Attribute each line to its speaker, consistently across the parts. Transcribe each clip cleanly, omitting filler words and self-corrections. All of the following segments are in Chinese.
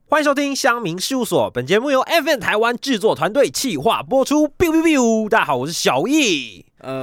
Speaker 1: 欢迎收听乡民事务所，本节目由 FN 台湾制作团队企划播出。biu biu biu， 大家好，我是小易。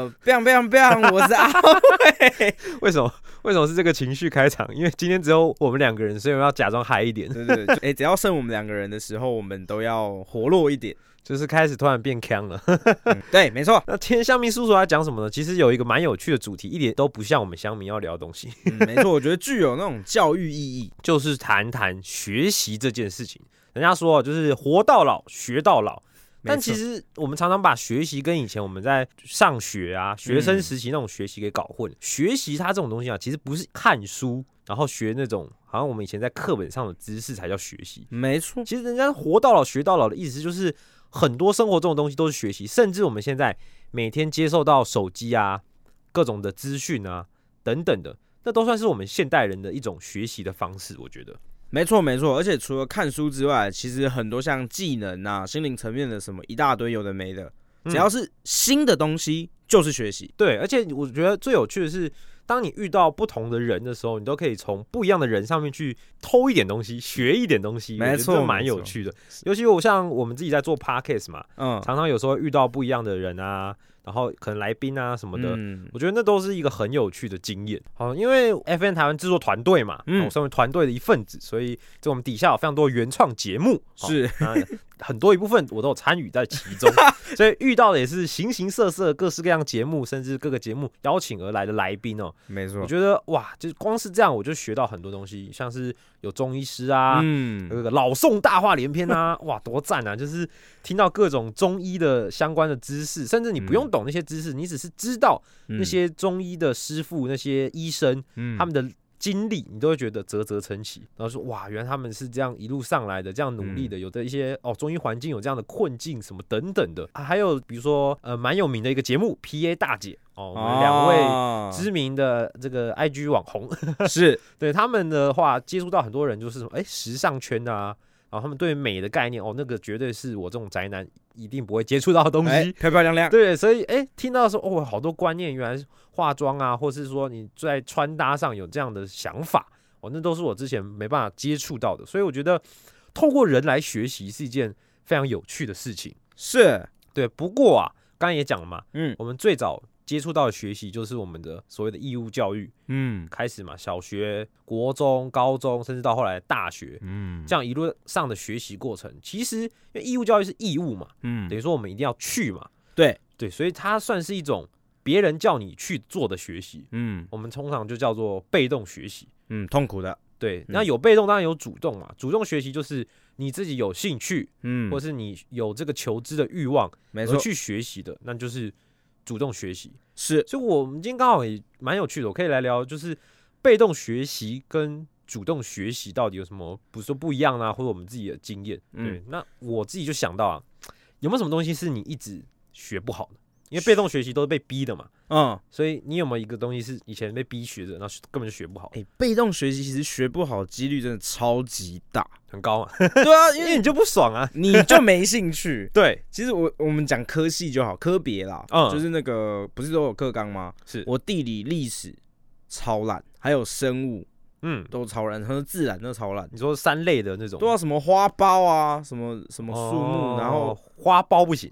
Speaker 2: biang， 我是阿伟。
Speaker 1: 为什么是这个情绪开场？因为今天只有我们两个人，所以我们要假装嗨一点。
Speaker 2: 对，只要剩我们两个人的时候，我们都要活络一点。
Speaker 1: 就是开始突然变呛了。
Speaker 2: 对，没错。
Speaker 1: 那今天乡民事务所要讲什么呢？其实有一个蛮有趣的主题，一点都不像我们乡民要聊的东西。
Speaker 2: 没错，我觉得具有那种教育意义，
Speaker 1: 就是谈谈学习这件事情。人家说就是活到老学到老，但其实我们常常把学习跟以前我们在上学啊、学生时期那种学习给搞混。学习它这种东西啊，其实不是看书然后学那种好像我们以前在课本上的知识才叫学习。
Speaker 2: 没错，
Speaker 1: 其实人家活到老学到老的意思就是很多生活中的东西都是学习，甚至我们现在每天接受到手机啊、各种的资讯啊等等的，那都算是我们现代人的一种学习的方式，我觉得。
Speaker 2: 没错，而且除了看书之外，其实很多像技能啊、心灵层面的什么一大堆有的没的，只要是新的东西就是学习。
Speaker 1: 对，而且我觉得最有趣的是，当你遇到不同的人的时候，你都可以从不一样的人上面去偷一点东西，学一点东西，
Speaker 2: 没错，
Speaker 1: 蛮有趣的。尤其像我们自己在做 podcast 嘛，常常有时候遇到不一样的人啊，然后可能来宾啊什么的，我觉得那都是一个很有趣的经验。因为 FN 台湾制作团队嘛，我身为团队的一份子，所以我们底下有非常多原创节目，
Speaker 2: 是
Speaker 1: 很多一部分我都有参与在其中，所以遇到的也是形形色色、各式各样节目，甚至各个节目邀请而来的来宾哦。
Speaker 2: 没错，
Speaker 1: 我觉得哇，就是光是这样我就学到很多东西，像是有中医师啊，有个老宋大话连篇啊，哇，多赞啊！就是听到各种中医的相关的知识，甚至你不用懂那些知识，你只是知道那些中医的师傅、那些医生他们的经历，你都会觉得啧啧称奇，然后说哇，原来他们是这样一路上来的，这样努力的，有的一些中医环境有这样的困境什么等等的，还有比如说蛮有名的一个节目 PA 大姐我们两位知名的这个 IG 网红
Speaker 2: 是
Speaker 1: 对他们的话接触到很多人就是什么时尚圈啊。然后他们对美的概念那个绝对是我这种宅男一定不会接触到的东西，
Speaker 2: 漂漂亮亮。
Speaker 1: 对，所以听到说好多观念，原来是化妆啊，或是说你在穿搭上有这样的想法，那都是我之前没办法接触到的。所以我觉得透过人来学习是一件非常有趣的事情。
Speaker 2: 是，对。
Speaker 1: 不过啊，刚刚也讲了嘛，我们最早接触到的学习就是我们的所谓的义务教育，开始嘛，小学、国中、高中，甚至到后来大学，这样一路上的学习过程，其实因为义务教育是义务嘛，等于说我们一定要去嘛，对，所以它算是一种别人叫你去做的学习，我们通常就叫做被动学习，
Speaker 2: 痛苦的，
Speaker 1: 对，那有被动当然有主动嘛，主动学习就是你自己有兴趣，或是你有这个求知的欲望，而去学习的，那就是主动学习。是，所以我们今天刚好也蛮有趣的，我可以来聊，就是被动学习跟主动学习到底有什么不一样啊，或者我们自己的经验。对，那我自己就想到有没有什么东西是你一直学不好的？因为被动学习都是被逼的嘛，所以你有没有一个东西是以前被逼学的，然后根本就学不好？
Speaker 2: 被动学习其实学不好的几率真的超级大，
Speaker 1: 很高嘛。
Speaker 2: 对啊，因
Speaker 1: 为你就不爽啊，
Speaker 2: 你就没兴趣。
Speaker 1: 对，
Speaker 2: 其实我们讲科系就好，科别啦，就是那个不是都有课纲吗？是我地理、历史超烂，还有生物。都超烂，和自然都超烂。
Speaker 1: 你说三类的那种，
Speaker 2: 都要什么花苞啊，什么树木，然后
Speaker 1: 花苞不行，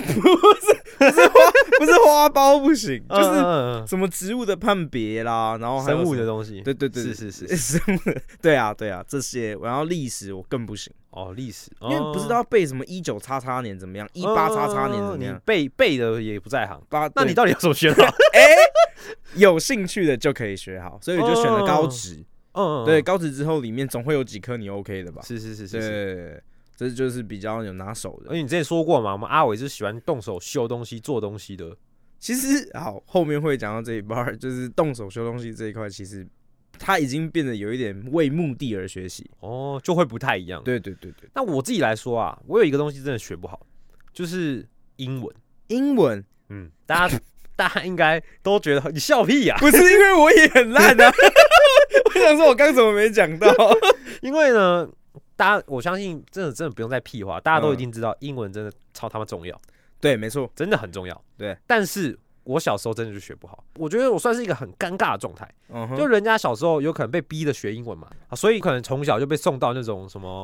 Speaker 2: 不是花苞不行，就是什么植物的判别啦，然后还有
Speaker 1: 生物的东西，
Speaker 2: 对，
Speaker 1: 是
Speaker 2: 生物，对啊，这些，然后历史我更不行
Speaker 1: 历史，
Speaker 2: 因为不是都要背什么19XX年怎么样，18XX年怎么样，
Speaker 1: 你背的也不在行，那你到底有什么学好？
Speaker 2: 有兴趣的就可以学好，所以我就选了高职。对，高职之后里面总会有几科你 OK 的吧？
Speaker 1: 是，
Speaker 2: 对，这就是比较有拿手的。
Speaker 1: 而且你之前说过嘛，我们阿伟是喜欢动手修东西、做东西的。
Speaker 2: 其实好，后面会讲到这一 part， 就是动手修东西这一块，其实它已经变得有一点为目的而学习
Speaker 1: 就会不太一样。对。那我自己来说啊，我有一个东西真的学不好，就是英文。大家应该都觉得你笑屁呀？
Speaker 2: 不是因为我也很烂啊。我想说，我刚怎么没讲到？
Speaker 1: 因为呢，我相信真的不用再屁话，大家都一定知道，英文真的超他妈重要。
Speaker 2: 对，没错，
Speaker 1: 真的很重要。
Speaker 2: 对，
Speaker 1: 但是我小时候真的就学不好，我觉得我算是一个很尴尬的状态。就人家小时候有可能被逼的学英文嘛，所以可能从小就被送到那种什么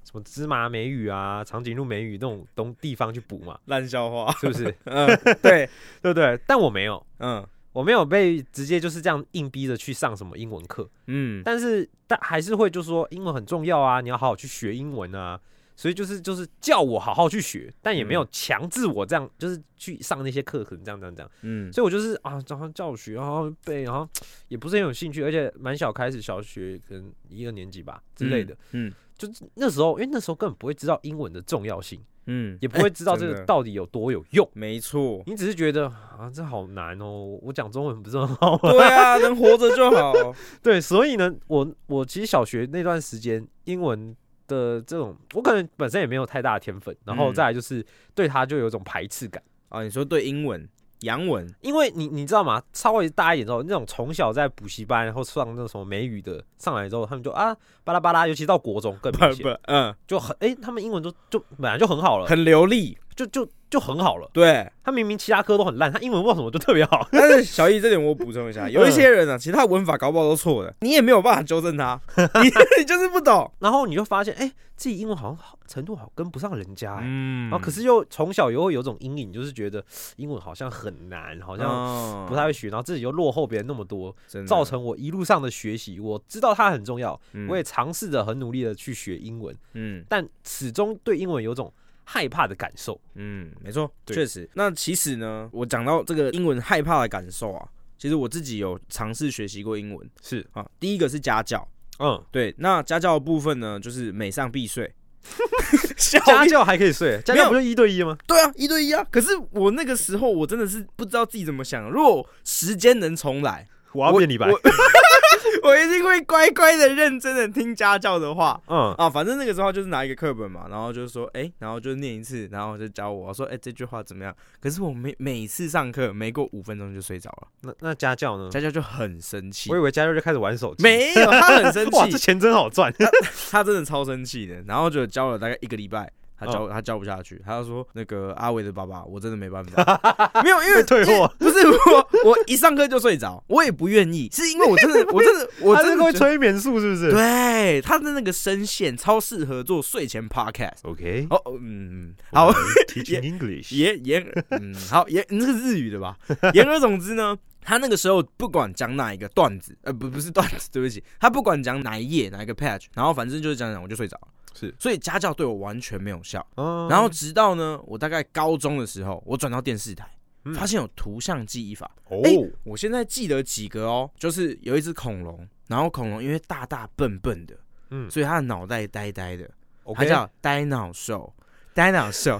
Speaker 1: 什么芝麻美语啊、长颈鹿美语那种地方去补嘛，
Speaker 2: 烂笑话
Speaker 1: 是不是？
Speaker 2: 对
Speaker 1: 对不对？但我没有，我没有被直接就是这样硬逼着去上什么英文课，但还是会就说英文很重要啊，你要好好去学英文啊。所以就是叫我好好去学，但也没有强制我这样，就是去上那些课，可能这样。所以我就是啊，然后叫我学，然后背，然后也不是很有兴趣，而且蛮小开始，小学可能1、2年级吧之类的。就是那时候，因为那时候根本不会知道英文的重要性，也不会知道这个到底有多有用。
Speaker 2: 没错，
Speaker 1: 你只是觉得啊，这好难哦，我讲中文不是很好吗？
Speaker 2: 对啊，能活着就好。
Speaker 1: 对，所以呢，我其实小学那段时间英文的这种，我可能本身也没有太大的天分，然后再来就是对他就有一种排斥感
Speaker 2: 啊。你说对英文、洋文，
Speaker 1: 因为你知道吗？稍微大一点之后，那种从小在补习班然后上那种什么美语的上来之后，他们就啊巴拉巴拉，尤其到国中更明显，就很他们英文就本来就很好了，
Speaker 2: 很流利，
Speaker 1: 就很好了。
Speaker 2: 对，
Speaker 1: 他明明其他科都很烂，他英文为什么就特别好？
Speaker 2: 但是小易这点我补充一下，有一些人啊，其实他文法搞不好都错的，你也没有办法纠正他，你就是不懂，
Speaker 1: 然后你就发现，自己英文好像程度好跟不上人家，然后可是又从小又会有种阴影，就是觉得英文好像很难，好像不太会学，然后自己又落后别人那么多，造成我一路上的学习，我知道它很重要，我也尝试着很努力的去学英文，但始终对英文有种害怕的感受。
Speaker 2: 没错，确实。那其实呢，我讲到这个英文害怕的感受啊，其实我自己有尝试学习过英文，
Speaker 1: 是
Speaker 2: 啊，第一个是家教，对，那家教的部分呢，就是每上必睡。
Speaker 1: 家教还可以睡，家教不就1对1吗？
Speaker 2: 对啊，1对1啊。可是我那个时候我真的是不知道自己怎么想，如果时间能重来，
Speaker 1: 我要变李白。
Speaker 2: 我一定会乖乖的、认真的听家教的话。反正那个时候就是拿一个课本嘛，然后就说，然后就念一次，然后就教我说，这句话怎么样？可是我每次上课没过5分钟就睡着了。那
Speaker 1: 家教呢？
Speaker 2: 家教就很生气。
Speaker 1: 我以为家教就开始玩手机。
Speaker 2: 没有，他很生气。
Speaker 1: 哇，这钱真好赚。
Speaker 2: 他真的超生气的，然后就教了大概1个礼拜。他教不下去，他就说那个阿伟的爸爸，我真的没办法，没有，因为
Speaker 1: 退货，
Speaker 2: 不是我一上课就睡着，我也不愿意，是因为我真的
Speaker 1: 会催眠术，是不是？
Speaker 2: 对，他的那个声线超适合做睡前 podcast。OK， 好
Speaker 1: ，Teaching English，
Speaker 2: 好，你这个日语的吧？言而总之呢，他那个时候不管讲哪一个段子，不是段子，对不起，他不管讲哪一页哪一个 page， 然后反正就是讲我就睡着了。
Speaker 1: 是，
Speaker 2: 所以家教对我完全没有效。然后直到呢，我大概高中的时候，我转到电视台，发现有图像记忆法。我现在记得几个哦，就是有一只恐龙，然后恐龙因为大大笨笨的，所以它的脑袋呆呆的，它叫呆脑兽。dinosaur，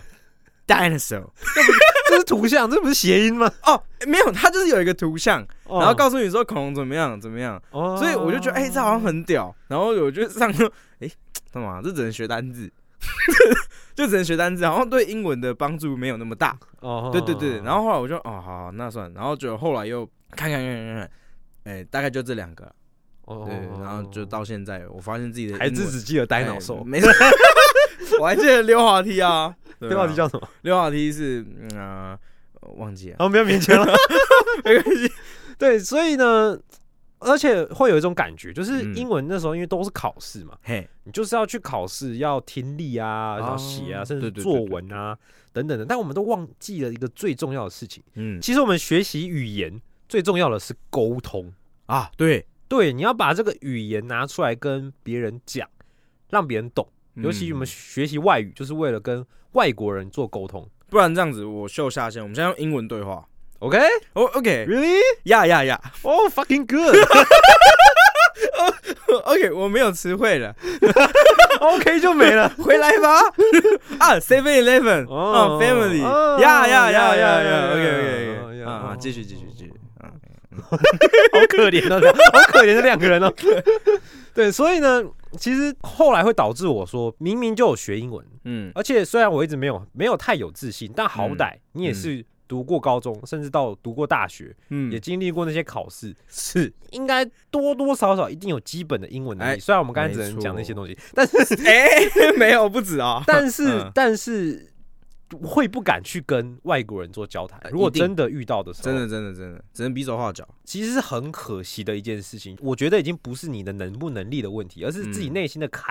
Speaker 1: 这是图像，这不是谐音吗？
Speaker 2: 没有，它就是有一个图像，然后告诉你说恐龙怎么样，所以我就觉得这好像很屌，然后我就上说干嘛？这只能学单字，就只能学单字，好像对英文的帮助没有那么大。对，然后后来我就好，那算了，然后就后来又看，大概就这2个。对，然后就到现在，我发现自己的
Speaker 1: 还是只记得呆脑兽，
Speaker 2: 没错。我还记得溜滑梯啊，
Speaker 1: 溜滑梯叫什么？
Speaker 2: 溜滑梯是忘记了。
Speaker 1: 不要勉强了，没关系。对，所以呢，而且会有一种感觉，就是英文那时候因为都是考试嘛，你就是要去考试，要听力啊，要写啊，甚至作文啊等等的。但我们都忘记了一个最重要的事情。其实我们学习语言最重要的是沟通
Speaker 2: 啊。
Speaker 1: 对，你要把这个语言拿出来跟别人讲，让别人懂。尤其我们学习外语，就是为了跟外国人做沟通。
Speaker 2: 不然这样子，我秀下限，我们现在用英文对话。
Speaker 1: OK，
Speaker 2: OK，Really？ Yeah。
Speaker 1: Oh, fucking good 。
Speaker 2: OK， 我没有词汇了。
Speaker 1: OK 就没了，
Speaker 2: 回来吧。7-Eleven， Family， Yeah。OK，继续。
Speaker 1: 好可怜的2个人哦。对，所以呢，其实后来会导致我说，明明就有学英文，而且虽然我一直没有太有自信，但好歹你也是读过高中，甚至到读过大学，也经历过那些考试，
Speaker 2: 是应
Speaker 1: 该多多少少一定有基本的英文能力。虽然我们刚才只能讲那些东西，但是
Speaker 2: 没有不止啊。
Speaker 1: 但是会不敢去跟外国人做交谈。如果真的遇到的时候，
Speaker 2: 真的只能比手画脚。
Speaker 1: 其实是很可惜的一件事情。我觉得已经不是你的能不能力的问题，而是自己内心的坎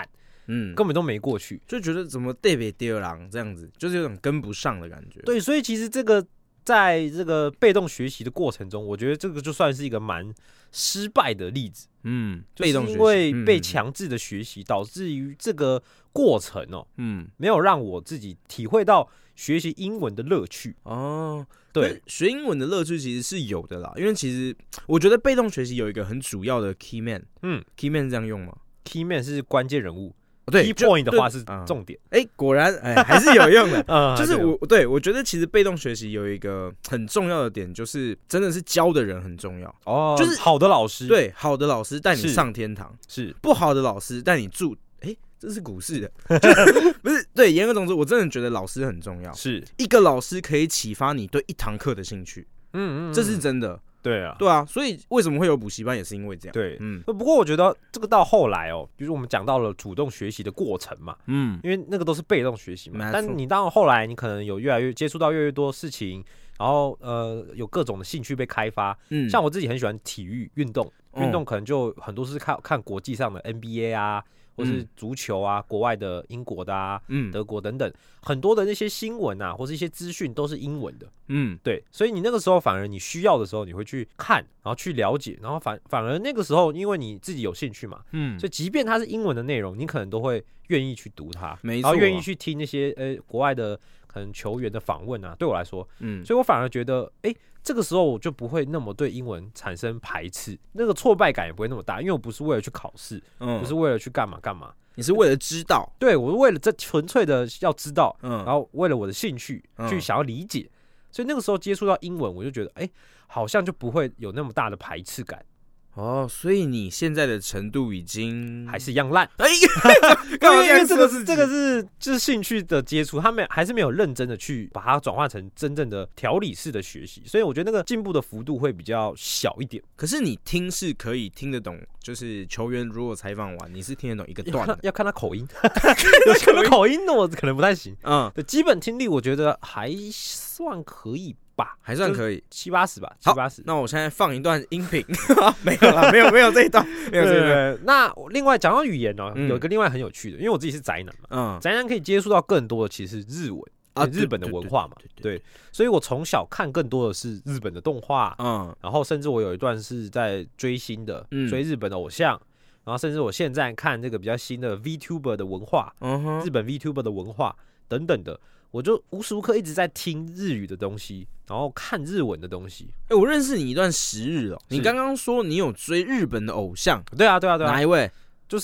Speaker 1: 根本都没过去，
Speaker 2: 就觉得怎么对不对郎这样子，就是有种跟不上的感觉。
Speaker 1: 对，所以其实这个在这个被动学习的过程中，我觉得这个就算是一个蛮失败的例子。
Speaker 2: 被动学习，
Speaker 1: 因为被强制的学习，导致于这个过程没有让我自己体会到学习英文的乐趣。对，
Speaker 2: 学英文的乐趣其实是有的啦，因为其实我觉得被动学习有一个很主要的 key man，key man 这样用吗
Speaker 1: ？key man 是关键人物。
Speaker 2: 对
Speaker 1: ，key point 的话是重点。
Speaker 2: 果然，还是有用的。就是我觉得其实被动学习有一个很重要的点，就是真的是教的人很重要。
Speaker 1: 就是好的老师，
Speaker 2: 对，好的老师带你上天堂，
Speaker 1: 是
Speaker 2: 不好的老师带你住。这是股市的，不是对。言而总之，我真的觉得老师很重要。是一个老师可以启发你对一堂课的兴趣。这是真的。对啊，所以为什么会有补习班，也是因为这样。
Speaker 1: 对，不过我觉得这个到后来就是我们讲到了主动学习的过程嘛，因为那个都是被动学习嘛。但你到后来，你可能有越来越接触到越来越多事情，然后有各种的兴趣被开发。像我自己很喜欢体育运动可能就很多是看国际上的 NBA 啊。或是足球啊，国外的英国的啊，德国等等，很多的那些新闻啊，或是一些资讯都是英文的。对，所以你那个时候反而你需要的时候，你会去看，然后去了解，然后反而那个时候，因为你自己有兴趣嘛，所以即便它是英文的内容，你可能都会愿意去读它，然后愿意去听那些国外的可能球员的访问啊。对我来说，所以我反而觉得，这个时候我就不会那么对英文产生排斥，那个挫败感也不会那么大，因为我不是为了去考试，不是为了去干嘛干嘛，
Speaker 2: 你是为了知道，
Speaker 1: 对，我是为了这纯粹的要知道，然后为了我的兴趣去想要理解，所以那个时候接触到英文，我就觉得，好像就不会有那么大的排斥感。
Speaker 2: 所以你现在的程度已经
Speaker 1: 还是一样烂，因为这个是就是兴趣的接触，他们还是没有认真的去把它转化成真正的条理式的学习，所以我觉得那个进步的幅度会比较小一点。
Speaker 2: 可是你听是可以听得懂，就是球员如果采访完，你是听得懂一个段的，
Speaker 1: 要看他口音，有什么口音的我可能不太行。对，基本听力我觉得还算可以。
Speaker 2: 还算可以
Speaker 1: ，70-80吧，70-80。
Speaker 2: 那我现在放一段音频，没有啦，没有这一段，没有这一段。
Speaker 1: 那另外讲到语言有一个另外很有趣的，因为我自己是宅男嘛，宅男可以接触到更多的其实是日文日本的文化嘛，对，所以我从小看更多的是日本的动画，然后甚至我有一段是在追星的，追日本的偶像。然后甚至我现在看这个比较新的 VTuber 的文化，日本 VTuber 的文化等等的，我就无时无刻一直在听日语的东西，然后看日文的东西。
Speaker 2: 我认识你一段时日哦。你刚刚说你有追日本的偶像？
Speaker 1: 对啊。
Speaker 2: 哪一位？
Speaker 1: 就是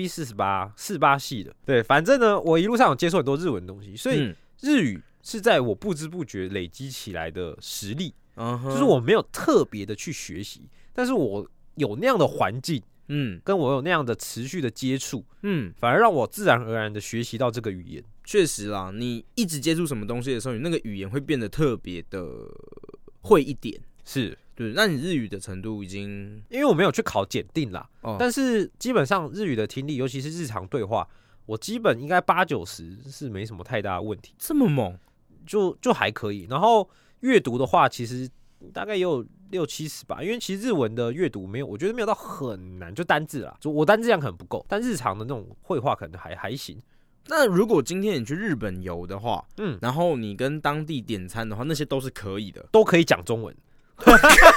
Speaker 1: AKB48系的。对，反正呢，我一路上有接触很多日文的东西，所以日语是在我不知不觉累积起来的实力。就是我没有特别的去学习，但是我有那样的环境。跟我有那样的持续的接触，反而让我自然而然的学习到这个语言。
Speaker 2: 确实啦，你一直接触什么东西的时候，你那个语言会变得特别的会一点。
Speaker 1: 是，
Speaker 2: 对。那你日语的程度已经，
Speaker 1: 因为我没有去考检定啦，但是基本上日语的听力，尤其是日常对话，我基本应该80-90是没什么太大的问题。
Speaker 2: 这么猛，
Speaker 1: 就还可以。然后阅读的话，其实大概也有60-70吧，因为其实日文的阅读没有，我觉得没有到很难，就单字啦，就我单字量可能不够，但日常的那种绘画可能还行。
Speaker 2: 那如果今天你去日本游的话，然后你跟当地点餐的话，那些都是可以的，
Speaker 1: 都可以讲中文。
Speaker 2: 我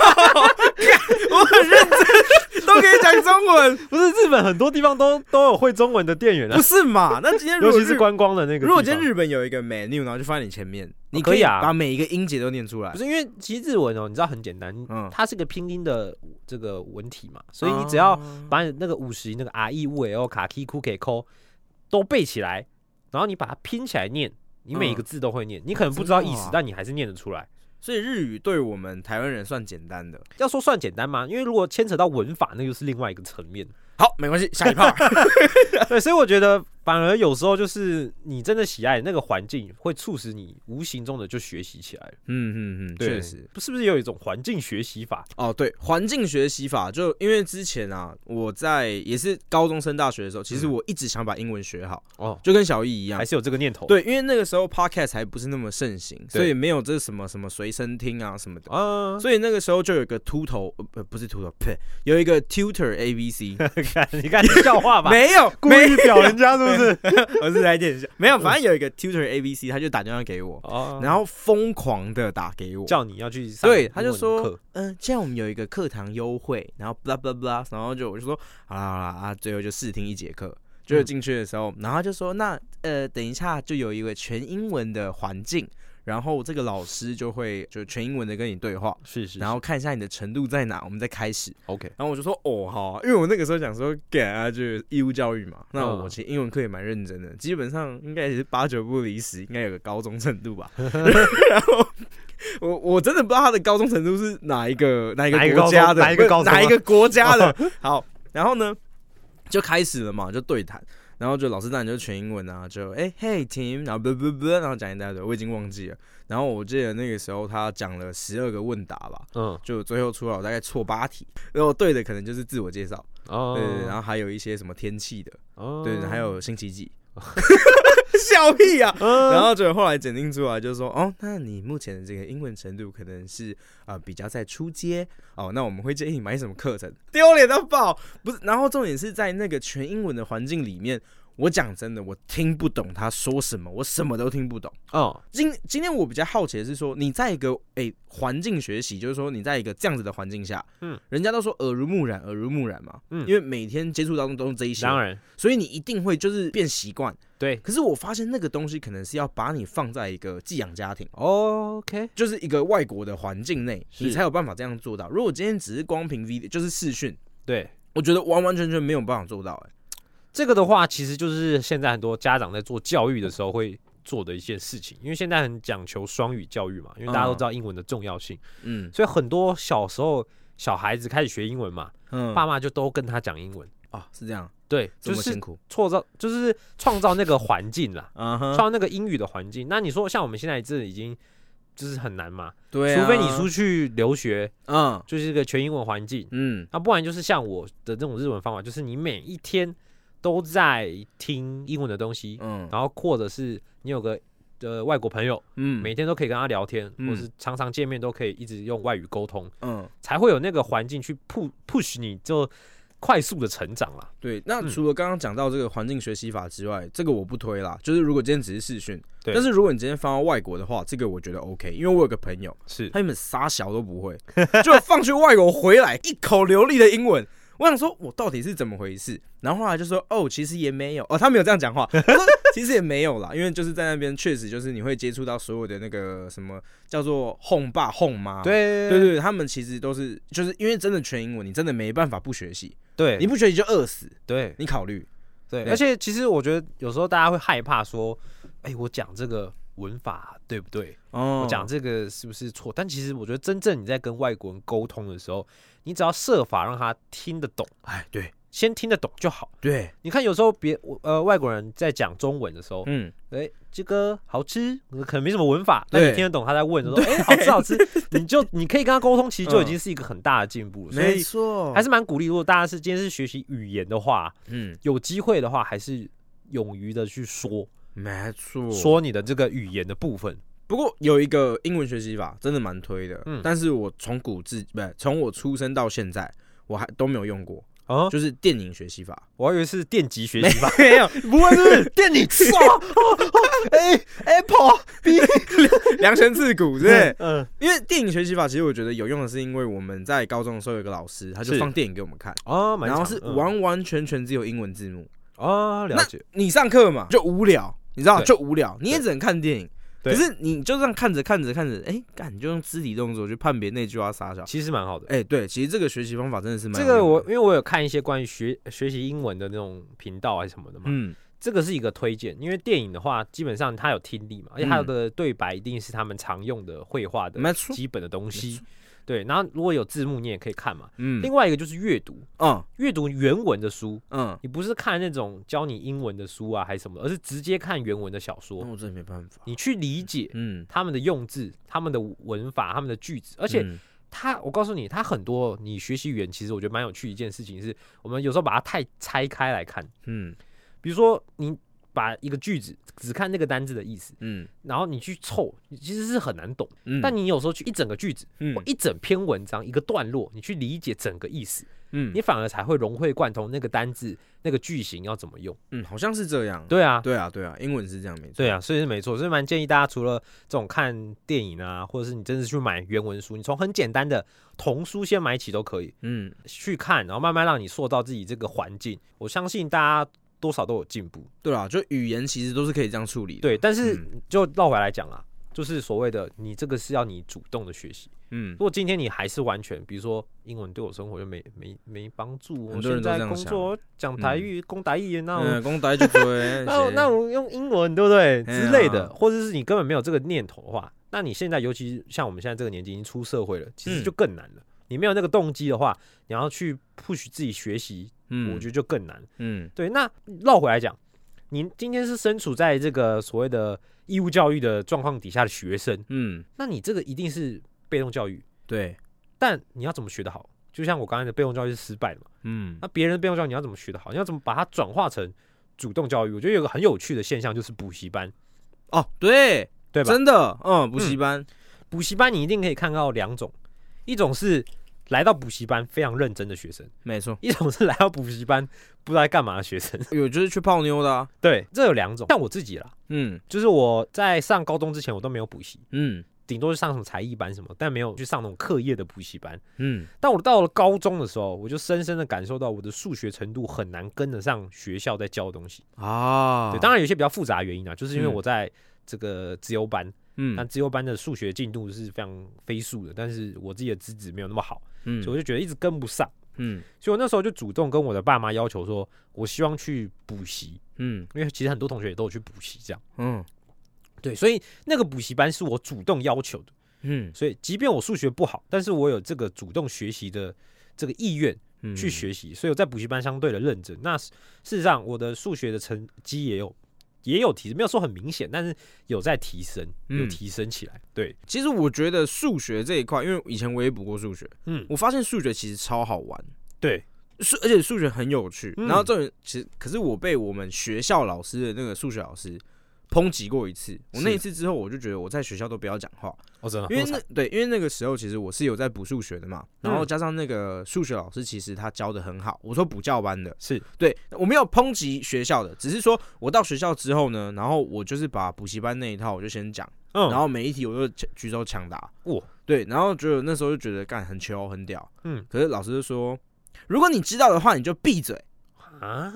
Speaker 2: 很认真，都可以讲中文。
Speaker 1: 不是日本很多地方都有会中文的店员啊？
Speaker 2: 不是嘛？那今天
Speaker 1: 尤其是观光的那个，
Speaker 2: 如果今天日本有一个 menu， 然后就放在你前面，你
Speaker 1: 可以
Speaker 2: 把每一个音节都念出来。
Speaker 1: 不是因为其实日文你知道很简单，它是个拼音的这个文体嘛，所以你只要把你那个50音那个 R E U L 卡 K Q K K 都背起来，然后你把它拼起来念，你每一个字都会念。你可能不知道意思，但你还是念得出来。
Speaker 2: 所以日语对我们台湾人算简单的。
Speaker 1: 要说算简单吗？因为如果牵扯到文法，那就是另外一个层面。
Speaker 2: 好，没关系，下一趴。
Speaker 1: 对，所以我觉得反而有时候就是你真的喜爱那个环境，会促使你无形中的就学习起来了。
Speaker 2: 确实，
Speaker 1: 是不是有一种环境学习法？
Speaker 2: 对，环境学习法，就因为之前啊，我在也是高中升大学的时候，其实我一直想把英文学好，就跟小易一样，
Speaker 1: 还是有这个念头。
Speaker 2: 对，因为那个时候 podcast 还不是那么盛行，所以没有这什么随身听啊什么的，所以那个时候就有一个秃头，不是有一个 tutor ABC。
Speaker 1: 你看笑话吧？
Speaker 2: 没有，
Speaker 1: 故意表人家是不不是？
Speaker 2: 我是来电一下，没有，反正有一个 tutor ABC， 他就打电话给我，然后疯狂的打给我，
Speaker 1: 叫你要去上。
Speaker 2: 对，他就说，现在我们有一个课堂优惠，然后 blah blah blah， 然后我就说，好啦，最后就试听1节课。就进去的时候，然后他就说，那等一下就有一个全英文的环境。然后这个老师就会就全英文的跟你对话，
Speaker 1: 是，
Speaker 2: 然后看一下你的程度在哪，我们再开始。
Speaker 1: OK，
Speaker 2: 然后我就说好啊，因为我那个时候想说，就是义务教育嘛，那我其实英文课也蛮认真的，基本上应该也是8、9不离10，应该有个高中程度吧。然后我真的不知道他的高中程度是哪一个国家的，哪一个国家的。好，然后呢就开始了嘛，就对谈。然后就老师当然就全英文啊，就hey Tim， 然后然后讲一大堆，我已经忘记了。然后我记得那个时候他讲了12个问答吧，就最后出来我大概错8题，然后对的可能就是自我介绍，对，然后还有一些什么天气的，对，还有星期几。笑屁啊！然后就后来检定出来，就说那你目前的这个英文程度可能是比较在初阶那我们会建议你买什么课程？丢脸到爆！不是，然后重点是在那个全英文的环境里面，我讲真的，我听不懂他说什么，我什么都听不懂。今天我比较好奇的是说，你在一个环境学习，就是说你在一个这样子的环境下，人家都说耳濡目染嘛，因为每天接触到都是这一些，
Speaker 1: 当然，所
Speaker 2: 以你一定会就是变习惯。
Speaker 1: 对，
Speaker 2: 可是我发现那个东西可能是要把你放在一个寄养家庭
Speaker 1: ，OK，
Speaker 2: 就是一个外国的环境内，你才有办法这样做到。如果今天只是光凭 video， 就是视讯，
Speaker 1: 对，
Speaker 2: 我觉得完完全全没有办法做到。
Speaker 1: 这个的话，其实就是现在很多家长在做教育的时候会做的一件事情，因为现在很讲求双语教育嘛，因为大家都知道英文的重要性，所以很多小时候小孩子开始学英文嘛，爸妈就都跟他讲英文
Speaker 2: 是这样。
Speaker 1: 对，就是就是创造那个环境啦，创造那个英语的环境。那你说像我们现在这已经就是很难嘛，
Speaker 2: 对，
Speaker 1: 除非你出去留学，就是一个全英文环境，那不然就是像我的这种日文方法，就是你每一天都在听英文的东西，然后或者是你有个外国朋友，每天都可以跟他聊天，或是常常见面都可以一直用外语沟通，才会有那个环境去 push 你就快速的成长啦。
Speaker 2: 对，那除了刚刚讲到这个环境学习法之外，这个我不推啦。就是如果今天只是视讯，但是如果你今天放到外国的话，这个我觉得 OK， 因为我有个朋友，他根本啥小都不会，就放去外国回来一口流利的英文。我想说，我到底是怎么回事？然后后来就说，其实也没有，他没有这样讲话，他说其实也没有啦，因为就是在那边确实就是你会接触到所有的那个什么叫做 home 爸 home 妈，对，他们其实都是就是因为真的全英文，你真的没办法不学习，对，你不学习就饿死，
Speaker 1: 对，
Speaker 2: 你考虑，
Speaker 1: 对，而且其实我觉得有时候大家会害怕说，我讲这个文法对不对？我讲这个是不是错？但其实我觉得真正你在跟外国人沟通的时候，你只要设法让他听得懂，
Speaker 2: 对，
Speaker 1: 先听得懂就好。
Speaker 2: 对，
Speaker 1: 你看有时候外国人在讲中文的时候，这个好吃，可能没什么文法，但你听得懂他在问，就说好吃，你可以跟他沟通，其实就已经是一个很大的进步了。
Speaker 2: 没错，
Speaker 1: 还是蛮鼓励，如果大家今天是学习语言的话，有机会的话，还是勇于的去说，
Speaker 2: 没错，
Speaker 1: 说你的这个语言的部分。
Speaker 2: 不过有一个英文学习法真的蛮推的，但是我从我出生到现在，我还都没有用过。就是电影学习法，
Speaker 1: 我还以为是电击学习法，
Speaker 2: 没有，
Speaker 1: 不会是电影刷，Apple B
Speaker 2: 量身刺股，对不对？因为电影学习法其实我觉得有用的是，因为我们在高中的时候有个老师，他就放电影给我们看，然后是完完全全只有英文字幕，
Speaker 1: 了解。
Speaker 2: 你上课嘛就无聊，你知道就无聊，你也只能看电影。可是你就这样看着，你就用肢体动作去判别那句话啥小，
Speaker 1: 其实蛮好的。
Speaker 2: 对，其实这个学习方法真的是蛮好的。
Speaker 1: 这个因为我有看一些关于学习英文的那种频道还是什么的嘛，这个是一个推荐。因为电影的话，基本上它有听力嘛，而且它的对白一定是他们常用的绘画的基本的东西。对，然后如果有字幕，你也可以看嘛。另外一个就是阅读，阅读原文的书，你不是看那种教你英文的书啊，还是什么，而是直接看原文的小说。
Speaker 2: 我真的没办法，
Speaker 1: 你去理解，他们的用字、他们的文法、他们的句子，而且我告诉你，它很多你学习语言，其实我觉得蛮有趣的一件事情是，我们有时候把它太拆开来看，比如说你把一个句子只看那个单字的意思，然后你去凑，其实是很难懂。但你有时候去一整个句子，或一整篇文章一个段落，你去理解整个意思，你反而才会融会贯通那个单字、那个句型要怎么用。
Speaker 2: 好像是这样。
Speaker 1: 对啊，
Speaker 2: 英文是这样没错。
Speaker 1: 对啊，所以是没错，所以蛮建议大家除了这种看电影啊，或者是你真的去买原文书，你从很简单的童书先买起都可以，去看，然后慢慢让你塑造自己这个环境。我相信大家多少都有进步。
Speaker 2: 对啊，就语言其实都是可以这样处理的。
Speaker 1: 对，但是就绕回来讲啦，就是所谓的你这个是要你主动的学习。如果今天你还是完全，比如说英文对我生活就没帮助，我现在工作讲台语、讲台语，那
Speaker 2: 讲台语就对，
Speaker 1: 那我用英文对不对之类的，或者是你根本没有这个念头的话，那你现在尤其像我们现在这个年纪已经出社会了，其实就更难了。你没有那个动机的话，你要去 push 自己学习，我觉得就更难。对。那绕回来讲，你今天是身处在这个所谓的义务教育的状况底下的学生，那你这个一定是被动教育。
Speaker 2: 对。
Speaker 1: 但你要怎么学得好？就像我刚才的被动教育是失败的嘛，那别人的被动教育你要怎么学得好？你要怎么把它转化成主动教育？我觉得有个很有趣的现象就是补习班。
Speaker 2: 哦，对
Speaker 1: 吧？
Speaker 2: 真的，补习班，
Speaker 1: 补习班你一定可以看到两种，一种是来到补习班非常认真的学生，
Speaker 2: 没错；
Speaker 1: 一种是来到补习班不知道在干嘛的学生，
Speaker 2: 有就是去泡妞的啊。
Speaker 1: 对，这有两种。像我自己啦，就是我在上高中之前我都没有补习，顶多是上什么才艺班什么，但没有去上那种课业的补习班。但我到了高中的时候，我就深深的感受到我的数学程度很难跟得上学校在教的东西啊。对，当然有一些比较复杂的原因啊，就是因为我在这个资优班，但资优班的数学进度是非常飞速的，但是我自己的资质没有那么好，所以我就觉得一直跟不上。所以我那时候就主动跟我的爸妈要求说，我希望去补习。因为其实很多同学也都有去补习这样。对，所以那个补习班是我主动要求的。所以即便我数学不好，但是我有这个主动学习的这个意愿去学习，所以我在补习班相对的认真。那事实上我的数学的成绩也有提升，没有说很明显，但是有在提升，有提升起来。对，
Speaker 2: 其实我觉得数学这一块，因为以前我也补过数学，我发现数学其实超好玩。
Speaker 1: 对，
Speaker 2: 而且数学很有趣。然后可是我被我们学校老师的那个数学老师抨击过一次。我那一次之后，我就觉得我在学校都不要讲话。
Speaker 1: 真的，
Speaker 2: 因为那个时候其实我是有在补数学的嘛，然后加上那个数学老师其实他教的很好，我说补教班的，
Speaker 1: 是对，
Speaker 2: 我没有抨击学校的，只是说我到学校之后呢，然后我就是把补习班那一套我就先讲，然后每一题我就举手抢答。对，然后那时候就觉得干很球很屌。可是老师就说，如果你知道的话，你就闭嘴啊。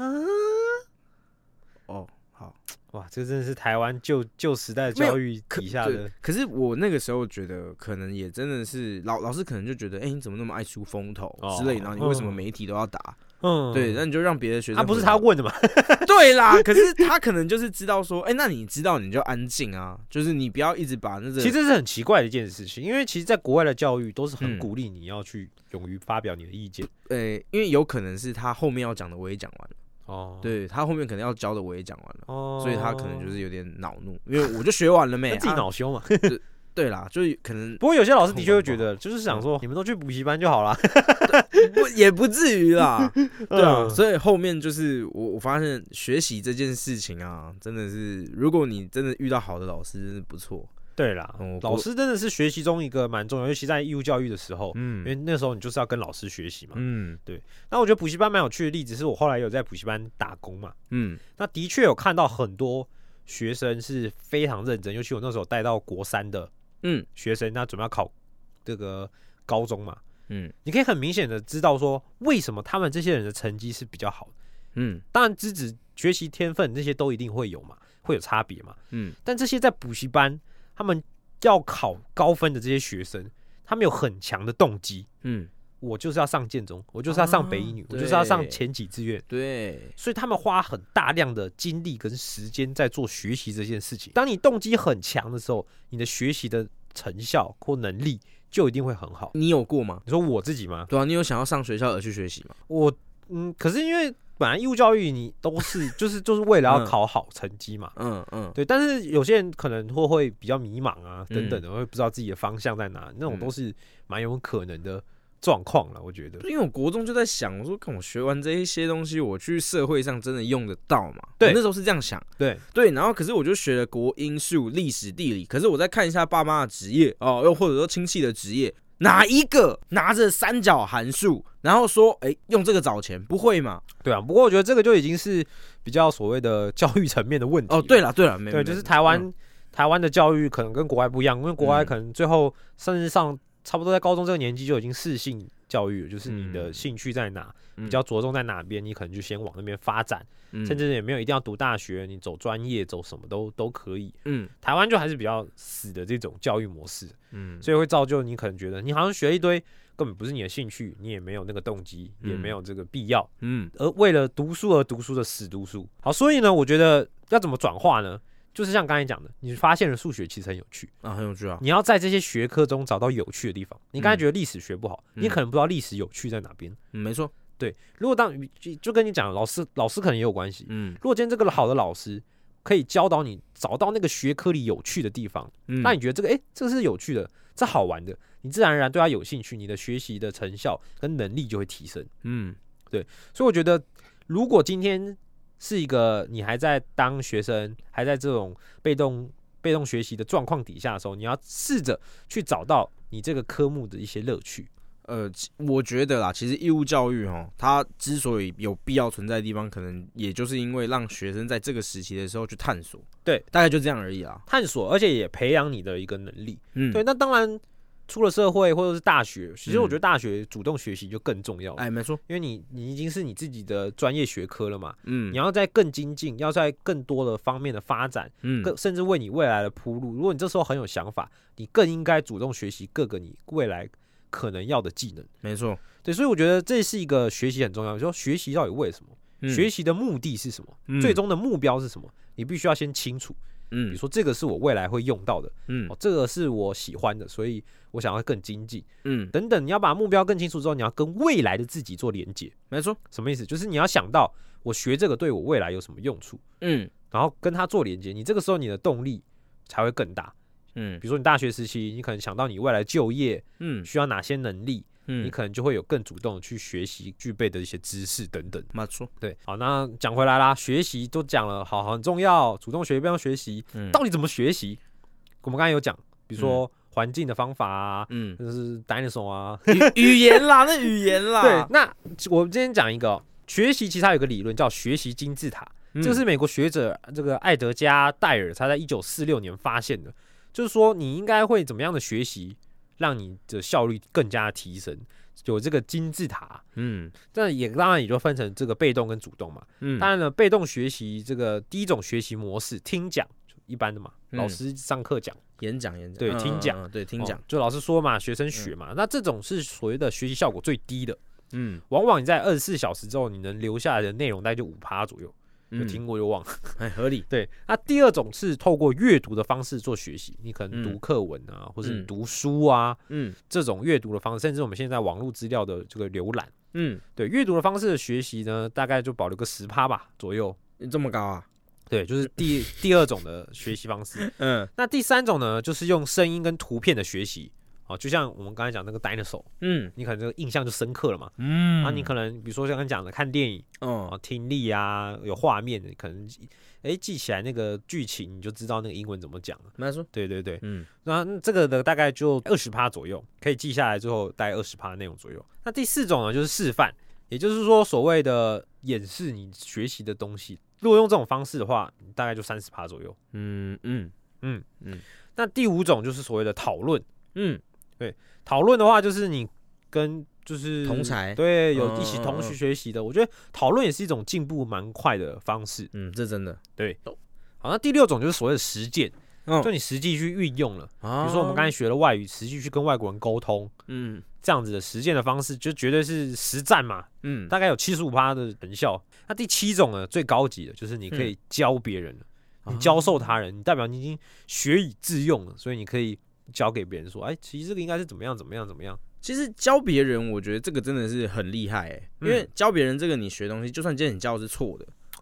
Speaker 2: 好，
Speaker 1: 哇，这真的是台湾旧时代教育底下的。
Speaker 2: 可是我那个时候觉得，可能也真的是老师可能就觉得，你怎么那么爱出风头之类，然后你为什么每一题都要答？对，那你就让别的学生。
Speaker 1: 不是他问的嘛？
Speaker 2: 对啦，可是他可能就是知道说，那你知道你就安静啊，就是你不要一直把那个。
Speaker 1: 其实这是很奇怪的一件事情，因为其实在国外的教育都是很鼓励你要去勇于发表你的意见。
Speaker 2: 因为有可能是他后面要讲的我也讲完了。对，他后面可能要教的我也讲完了，所以他可能就是有点恼怒，因为我就学完了没，
Speaker 1: 自己恼羞嘛。
Speaker 2: 对啦，就是可能。
Speaker 1: 不过有些老师的确会觉得，就是想说你们都去补习班就好了，
Speaker 2: 也不至于啦。对啊，所以后面就是我发现学习这件事情啊，真的是如果你真的遇到好的老师，真是不错。
Speaker 1: 对啦，老师真的是学习中一个蛮重要，尤其在义务教育的时候，因为那时候你就是要跟老师学习嘛。对。那我觉得补习班蛮有趣的例子是我后来有在补习班打工嘛。那的确有看到很多学生是非常认真，尤其我那时候带到国3的学生，他准备要考这个高中嘛。你可以很明显的知道说为什么他们这些人的成绩是比较好的。当然资质、学习天分这些都一定会有嘛，会有差别嘛。但这些在补习班他们要考高分的这些学生，他们有很强的动机。我就是要上建中，我就是要上北一女，我就是要上前几志愿。
Speaker 2: 对，
Speaker 1: 所以他们花很大量的精力跟时间在做学习这件事情。当你动机很强的时候，你的学习的成效或能力就一定会很好。
Speaker 2: 你有过吗？
Speaker 1: 你说我自己吗？
Speaker 2: 对啊，你有想要上学校而去学习吗？
Speaker 1: 可是因为本来义务教育你都是就是为了要考好成绩嘛。对。但是有些人可能会比较迷茫啊，等等的，会不知道自己的方向在哪，那种都是蛮有可能的状况了。我觉得，
Speaker 2: 因为我国中就在想，我说看我学完这一些东西，我去社会上真的用得到吗？
Speaker 1: 对，
Speaker 2: 我那时候是这样想。
Speaker 1: 对，
Speaker 2: 然后可是我就学了国英数、历史、地理，可是我再看一下爸妈的职业哦，又或者说亲戚的职业。哪一个拿着三角函数，然后说，用这个找钱，不会嘛？
Speaker 1: 对啊，不过我觉得这个就已经是比较所谓的教育层面的问题。
Speaker 2: 哦，对了，
Speaker 1: 对，就是台湾的教育可能跟国外不一样，因为国外可能最后甚至上差不多在高中这个年纪就已经适性教育了，就是你的兴趣在哪，比较着重在哪边，你可能就先往那边发展，甚至也没有一定要读大学，你走专业走什么都可以。台湾就还是比较死的这种教育模式，所以会造就你可能觉得你好像学一堆根本不是你的兴趣，你也没有那个动机，也没有这个必要，而为了读书而读书的死读书。好，所以呢，我觉得要怎么转化呢？就是像刚才讲的，你发现了数学其实很有趣
Speaker 2: 啊，很有趣啊！
Speaker 1: 你要在这些学科中找到有趣的地方。你刚才觉得历史学不好，你可能不知道历史有趣在哪边。
Speaker 2: 没错，
Speaker 1: 对。如果就跟你讲，老师可能也有关系。如果今天这个好的老师可以教导你找到那个学科里有趣的地方，那你觉得这个是有趣的，这好玩的，你自然而然对它有兴趣，你的学习的成效跟能力就会提升。对。所以我觉得，如果今天是一个你还在当学生，还在这种被动学习的状况底下的时候，你要试着去找到你这个科目的一些乐趣。
Speaker 2: 我觉得啦，其实义务教育它之所以有必要存在的地方，可能也就是因为让学生在这个时期的时候去探索。
Speaker 1: 对，
Speaker 2: 大概就这样而已啦。
Speaker 1: 探索，而且也培养你的一个能力。对，那当然。出了社会或者是大学，其实我觉得大学主动学习就更重要了。
Speaker 2: 没错，
Speaker 1: 因为你已经是你自己的专业学科了嘛。你要在更精进，要在更多的方面的发展，甚至为你未来的铺路。如果你这时候很有想法，你更应该主动学习各个你未来可能要的技能。
Speaker 2: 没错，
Speaker 1: 对，所以我觉得这是一个学习很重要。就说学习到底为什么？学习的目的是什么？最终的目标是什么？你必须要先清楚。比如说这个是我未来会用到的，这个是我喜欢的，所以我想要更精进，等等，你要把目标更清楚之后，你要跟未来的自己做连结。
Speaker 2: 没错，
Speaker 1: 什么意思？就是你要想到我学这个对我未来有什么用处，然后跟它做连结，你这个时候你的动力才会更大。比如说你大学时期，你可能想到你未来就业，需要哪些能力。你可能就会有更主动的去学习具备的一些知识等等。
Speaker 2: 没错，
Speaker 1: 对，好，那讲回来啦，学习都讲了，好，很重要，主动学不要学习，到底怎么学习？我们刚才有讲，比如说环境的方法啊，就是 dinosaur 啊，
Speaker 2: 语言啦，那语言啦。
Speaker 1: 对，那我们今天讲一个学习，其实它有个理论叫学习金字塔，这个是美国学者这个艾德加戴尔他在1946年发现的，就是说你应该会怎么样的学习。让你的效率更加提升，有这个金字塔，但当然也就分成这个被动跟主动嘛，当然了，被动学习这个第一种学习模式，听讲一般的嘛，老师上课讲，
Speaker 2: 演讲，
Speaker 1: 对，听讲，
Speaker 2: 对，听讲，
Speaker 1: 就老师说嘛，学生学嘛，那这种是所谓的学习效果最低的，往往你在24小时之后，你能留下来的内容大概就5%左右。有听过就忘了，
Speaker 2: 合理。
Speaker 1: 对，那第二种是透过阅读的方式做学习，你可能读课文啊，或是读书啊，这种阅读的方式，甚至我们现在网络资料的这个浏览，对，阅读的方式的学习呢，大概就保留个10%吧左右，
Speaker 2: 这么高啊？
Speaker 1: 对，就是第二种的学习方式。那第三种呢，就是用声音跟图片的学习。就像我们刚才讲那个 dinosaur，你可能这个印象就深刻了嘛，你可能比如说像刚讲的看电影，听力啊，有画面，可能记起来那个剧情，你就知道那个英文怎么讲了。
Speaker 2: 没错，
Speaker 1: 对对对，那这个的大概就20%左右，可以记下来之后大概20%的内容左右。那第四种呢，就是示范，也就是说所谓的演示你学习的东西。如果用这种方式的话，大概就30%左右。那第五种就是所谓的讨论，对，讨论的话就是你跟就是
Speaker 2: 同才，
Speaker 1: 对，有一起同学学习的，我觉得讨论也是一种进步蛮快的方式。
Speaker 2: 这真的
Speaker 1: 对。好，那第六种就是所谓的实践，就你实际去运用了。比如说我们刚才学了外语，实际去跟外国人沟通，这样子的实践的方式，就绝对是实战嘛。大概有75%的成效。那第七种呢，最高级的就是你可以教别人了，你教授他人，你代表你已经学以致用了，所以你可以教给别人说，其实这个应该是怎么样怎么样怎么样。
Speaker 2: 其实教别人，我觉得这个真的是很厉害因为教别人这个你学东西，就算今天你教的是错的，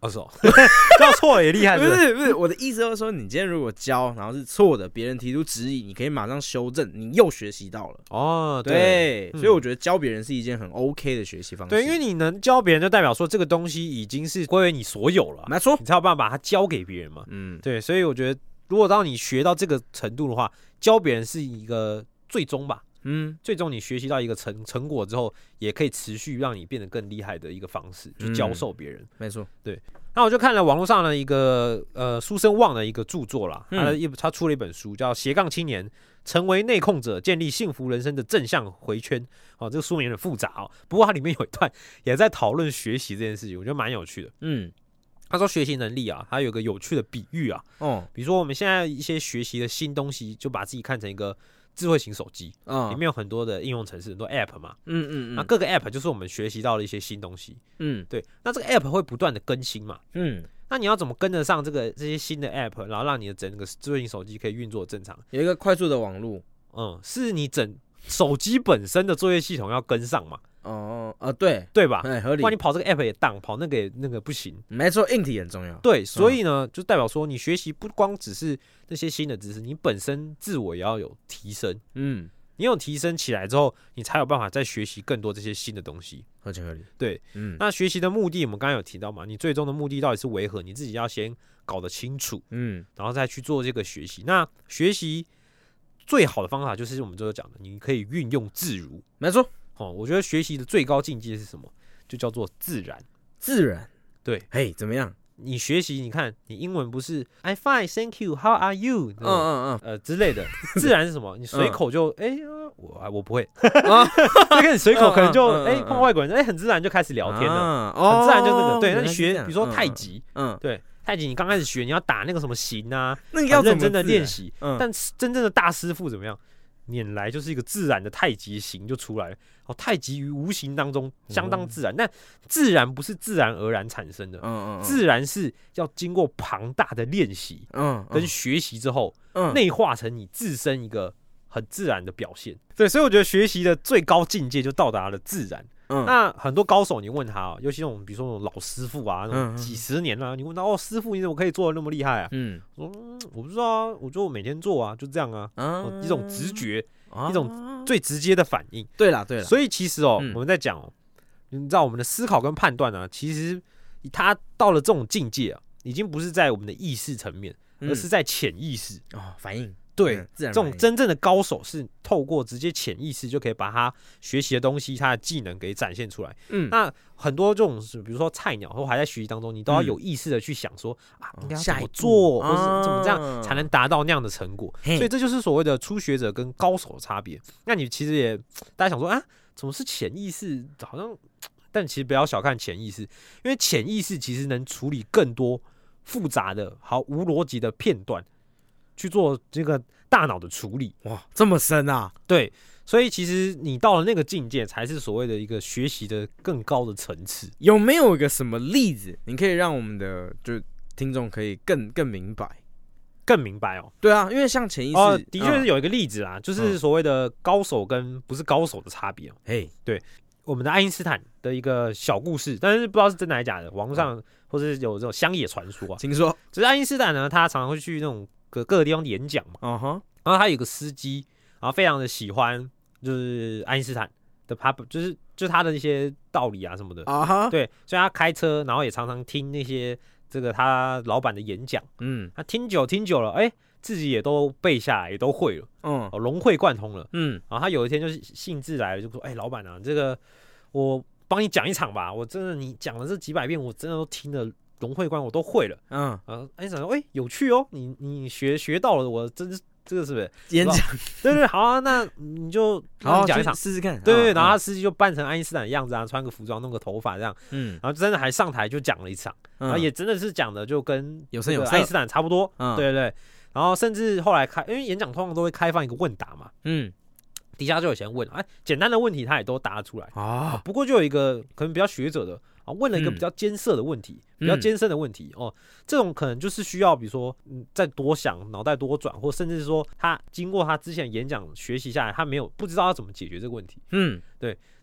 Speaker 1: 哦，是哦，教错了也厉害，
Speaker 2: 不是，我的意思就是说，你今天如果教，然后是错的，别人提出质疑，你可以马上修正，你又学习到了。
Speaker 1: 哦，
Speaker 2: 对，所以我觉得教别人是一件很 OK 的学习方式。
Speaker 1: 对，因为你能教别人，就代表说这个东西已经是归为你所有了，
Speaker 2: 没错，
Speaker 1: 你才有办法把它交给别人嘛。对，所以我觉得，如果当你学到这个程度的话，教别人是一个最终吧。最终你学习到一个成果之后，也可以持续让你变得更厉害的一个方式，去教授别人。
Speaker 2: 没错，
Speaker 1: 对。那我就看了网络上的一个苏生旺的一个著作啦，他出了一本书叫《斜杠青年成为内控者，建立幸福人生的正向回圈》。哦，这个书名有点复杂哦，不过它里面有一段也在讨论学习这件事情，我觉得蛮有趣的。他说学习能力啊，他有个有趣的比喻啊，比如说我们现在一些学习的新东西，就把自己看成一个智慧型手机，里面有很多的应用程式，很多 App 嘛，那各个 App 就是我们学习到的一些新东西，对，那这个 App 会不断的更新嘛，那你要怎么跟得上这些新的 App， 然后让你的整个智慧型手机可以运作正常？
Speaker 2: 有一个快速的网络，
Speaker 1: 是你整手机本身的作业系统要跟上嘛？
Speaker 2: 对
Speaker 1: 吧？
Speaker 2: 合理。
Speaker 1: 不然你跑这个 app 也当，跑那个不行。
Speaker 2: 没错，硬体很重要。
Speaker 1: 对，所以呢，就代表说你学习不光只是那些新的知识，你本身自我也要有提升。你有提升起来之后，你才有办法再学习更多这些新的东西。
Speaker 2: 合情合理。
Speaker 1: 对，那学习的目的，我们刚刚有提到嘛？你最终的目的到底是为何？你自己要先搞得清楚，然后再去做这个学习。那学习最好的方法就是我们最后讲的，你可以运用自如。
Speaker 2: 没错。
Speaker 1: 我觉得学习的最高境界是什么？就叫做自然。
Speaker 2: 自然，
Speaker 1: 对，
Speaker 2: 怎么样？
Speaker 1: 你学习，你看，你英文不是 I fine, thank you, how are you？ 之类的，自然是什么？你随口就我不会，就跟你随口可能就碰到外国人，很自然就开始聊天了，很自然就那个对。那你学，比如说太极，对。太极，你刚开始学，你要打那个什么形啊，
Speaker 2: 那你要
Speaker 1: 认真的练习。但真正的大师傅怎么样？拈来就是一个自然的太极形就出来了。太极于无形当中相当自然，但自然不是自然而然产生的，自然是要经过庞大的练习，跟学习之后，内化成你自身一个很自然的表现。对，所以我觉得学习的最高境界就到达了自然。那很多高手，你问他，尤其那种比如说那种老师傅啊，那种几十年了，你问他师傅你怎么可以做的那么厉害啊？说我不知道啊，我就每天做啊，就这样啊，一种直觉，一种最直接的反应。
Speaker 2: 对啦，
Speaker 1: 所以其实我们在讲你知道我们的思考跟判断啊，其实它到了这种境界啊，已经不是在我们的意识层面，而是在潜意识
Speaker 2: 反应。
Speaker 1: 对，这种真正的高手是透过直接潜意识就可以把他学习的东西、他的技能给展现出来。那很多这种比如说菜鸟或还在学习当中，你都要有意识的去想说应该要怎么做，或是怎么这样才能达到那样的成果。所以这就是所谓的初学者跟高手的差别。那你其实也大家想说怎么是潜意识？好像，但其实不要小看潜意识，因为潜意识其实能处理更多复杂的、无逻辑的片段。去做这个大脑的处理。
Speaker 2: 哇，这么深啊！
Speaker 1: 对，所以其实你到了那个境界，才是所谓的一个学习的更高的层次。
Speaker 2: 有没有一个什么例子，你可以让我们的就听众可以更明白？
Speaker 1: 更明白哦。
Speaker 2: 对啊，因为像潜意识，
Speaker 1: 的确是有一个例子啦，就是所谓的高手跟不是高手的差别。对，我们的爱因斯坦的一个小故事，但是不知道是真的还是假的，网络上或是有这种乡野传说啊。
Speaker 2: 请说。
Speaker 1: 就是爱因斯坦呢，他常常会去那种各个地方演讲嘛，然后他有个司机，然后非常的喜欢就是爱因斯坦的就是他的一些道理啊什么的对，所以他开车，然后也常常听那些这个他老板的演讲，他听久了，自己也都背下来，也都会了，融会贯通了，然后他有一天就是兴致来了，就说，老板啊，这个我帮你讲一场吧，我真的你讲了这几百遍，我真的都听了。融会贯我都会了，爱因斯坦说，有趣哦，你学到了，我真是这个是不是
Speaker 2: 演讲？
Speaker 1: 对，好啊，那你就
Speaker 2: 好
Speaker 1: 讲一场
Speaker 2: 试试看。
Speaker 1: 对，然后他司机就扮成爱因斯坦的样子啊，穿个服装，弄个头发这样，然后真的还上台就讲了一场，然后也真的是讲的就跟
Speaker 2: 有声有色
Speaker 1: 爱因斯坦差不多，对，然后甚至后来因为演讲通常都会开放一个问答嘛，底下就有人问，简单的问题他也都答得出来不过就有一个可能比较学者的。问了一个比较艰涩的问题，比较艰深的问题这种可能就是需要，比如说再多想，脑袋多转，或甚至是说他经过他之前演讲学习下来，他不知道要怎么解决这个问题。对。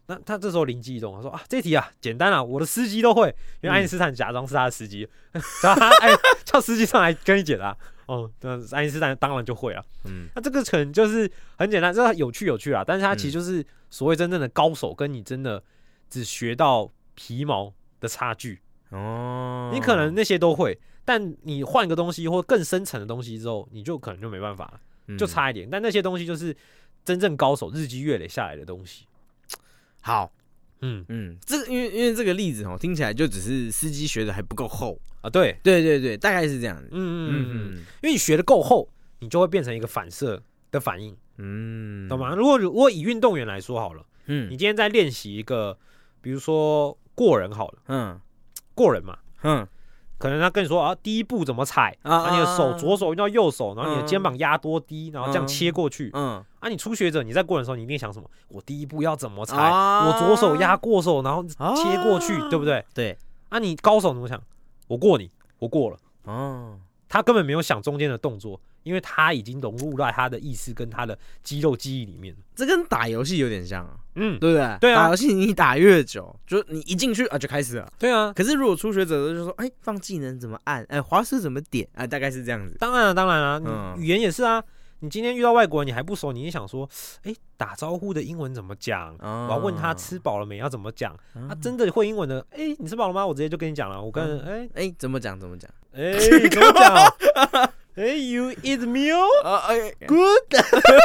Speaker 1: 那他这时候灵机一动，他说啊，这题啊简单啊，我的司机都会，因为爱因斯坦假装是他的司机，然后他叫司机上来跟你解答。那爱因斯坦当然就会了。那这个可能就是很简单，这有趣啦。但是它其实就是所谓真正的高手，跟你真的只学到皮毛的差距。你可能那些都会，但你换个东西或更深层的东西之后，你就可能就没办法了，就差一点。但那些东西就是真正高手日积月累下来的东西。
Speaker 2: 好，这个因为这个例子听起来就只是司机学的还不够厚
Speaker 1: 啊，对，
Speaker 2: 大概是这样子。
Speaker 1: 因为你学的够厚，你就会变成一个反射的反应，懂吗？如果以运动员来说好了，你今天在练习一个，比如说过人好了，过人嘛，可能他跟你说啊，第一步怎么踩啊？你的手左手运到右手，然后你的肩膀压多低，然后这样切过去。你初学者你在过人的时候，你一定想什么？我第一步要怎么踩？我左手压过手，然后切过去，对不对？
Speaker 2: 对。
Speaker 1: 你高手怎么想？我过你，我过了。他根本没有想中间的动作，因为他已经融入在他的意识跟他的肌肉记忆里面。这
Speaker 2: 跟打游戏有点像啊，对不对？
Speaker 1: 对啊，
Speaker 2: 打游戏你打越久，就你一进去就开始了。
Speaker 1: 对啊。
Speaker 2: 可是如果初学者就说，放技能怎么按？滑鼠怎么点？大概是这样子。
Speaker 1: 当然了，语言也是啊。你今天遇到外国人，你还不熟，你想说，打招呼的英文怎么讲？我要问他吃饱了没，要怎么讲？他真的会英文的，你吃饱了吗？我直接就跟你讲了，我跟
Speaker 2: 怎么讲？
Speaker 1: 怎么讲？You eat meal? Good.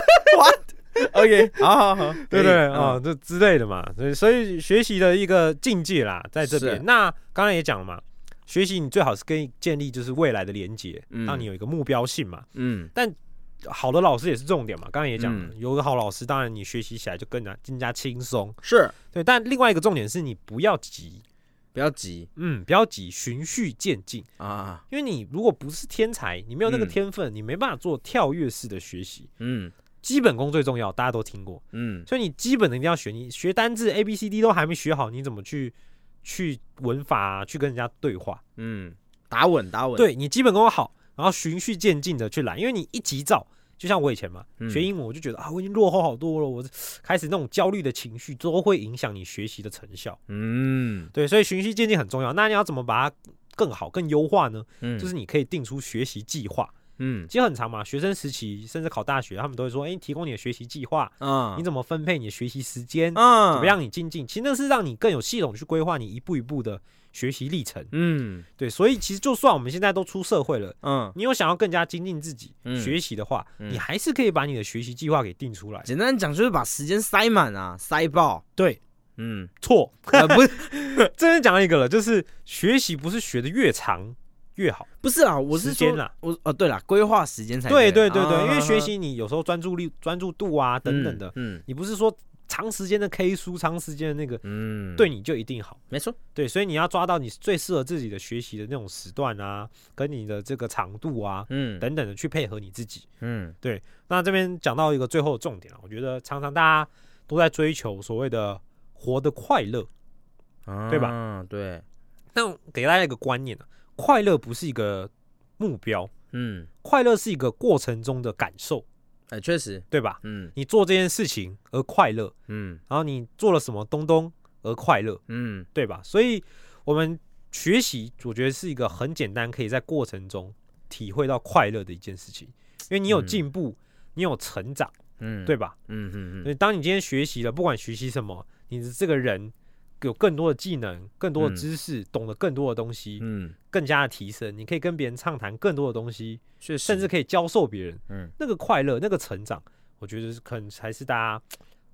Speaker 2: What? OK， 好，
Speaker 1: 对这之类的嘛。所以学习的一个境界啦，在这边。那刚才也讲了嘛，学习你最好是跟建立就是未来的连结，让你有一个目标性嘛。但好的老师也是重点嘛，刚才也讲了，有个好老师，当然你学习起来就更加轻松。
Speaker 2: 是
Speaker 1: 对，但另外一个重点是你不要急，
Speaker 2: 不要急，
Speaker 1: 循序渐进
Speaker 2: 啊。
Speaker 1: 因为你如果不是天才，你没有那个天分，你没办法做跳跃式的学习。基本功最重要，大家都听过。所以你基本的一定要学，你学单字 ABCD 都还没学好，你怎么去文法去跟人家对话？
Speaker 2: 打稳。
Speaker 1: 对，你基本功好，然后循序渐进的去来，因为你一急躁。就像我以前嘛，学英文我就觉得我已经落后好多了，我开始那种焦虑的情绪都会影响你学习的成效。对，所以循序渐进很重要。那你要怎么把它更好、更优化呢？就是你可以定出学习计划。其实很长嘛，学生时期甚至考大学，他们都会说，提供你的学习计划，你怎么分配你的学习时间，怎么让你精进？其实那是让你更有系统去规划你一步一步的学习历程。对，所以其实就算我们现在都出社会了，你有想要更加精进自己学习的话，你还是可以把你的学习计划给定出来。
Speaker 2: 简单讲就是把时间塞满啊，塞爆。
Speaker 1: 对，错，不是，这边讲一个了，就是学习不是学的越长越好，
Speaker 2: 不是啦，我是说对啦，规划时间才对。
Speaker 1: 对，因为学习你有时候专注度啊等等的，你不是说长时间的 K 书，长时间的那个，对你就一定好，
Speaker 2: 没错。
Speaker 1: 对，所以你要抓到你最适合自己的学习的那种时段啊，跟你的这个长度啊，等等的去配合你自己。对。那这边讲到一个最后的重点啊，我觉得常常大家都在追求所谓的活得快乐，对吧？
Speaker 2: 对。
Speaker 1: 那给大家一个观念啊。快乐不是一个目标，快乐是一个过程中的感受，
Speaker 2: 确实，
Speaker 1: 对吧？你做这件事情而快乐，然后你做了什么东东而快乐，对吧？所以我们学习，我觉得是一个很简单，可以在过程中体会到快乐的一件事情，因为你有进步，你有成长，对吧？所以当你今天学习了，不管学习什么，你的这个人有更多的技能，更多的知识，懂得更多的东西，更加的提升，你可以跟别人畅谈更多的东西，甚至可以教授别人，那个快乐，那个成长，我觉得可能才是大家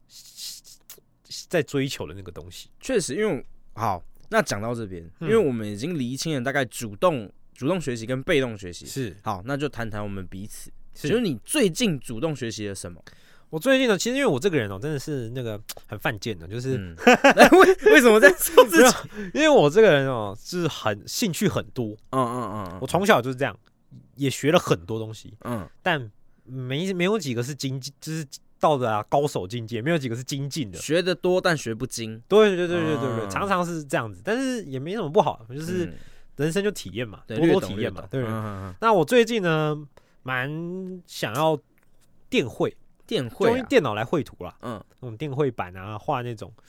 Speaker 1: 在追求的那个东西。
Speaker 2: 确实，因为好，那讲到这边，因为我们已经厘清了大概主动学习跟被动学习，
Speaker 1: 是好，
Speaker 2: 那就谈谈我们彼此。就是你最近主动学习了什么？
Speaker 1: 我最近呢，其实因为我这个人真的是那个很犯贱的，就是
Speaker 2: 为什么在说自己？
Speaker 1: 因为我这个人是很兴趣很多，我从小就是这样，也学了很多东西，但没有几个是就是到的高手境界，没有几个是精进的，
Speaker 2: 学得多但学不精。
Speaker 1: 对，常常是这样子，但是也没什么不好，就是人生就体验嘛，多多体验嘛，对。那我最近呢，蛮想要用电脑来绘图啦，那种电绘板啊，画那种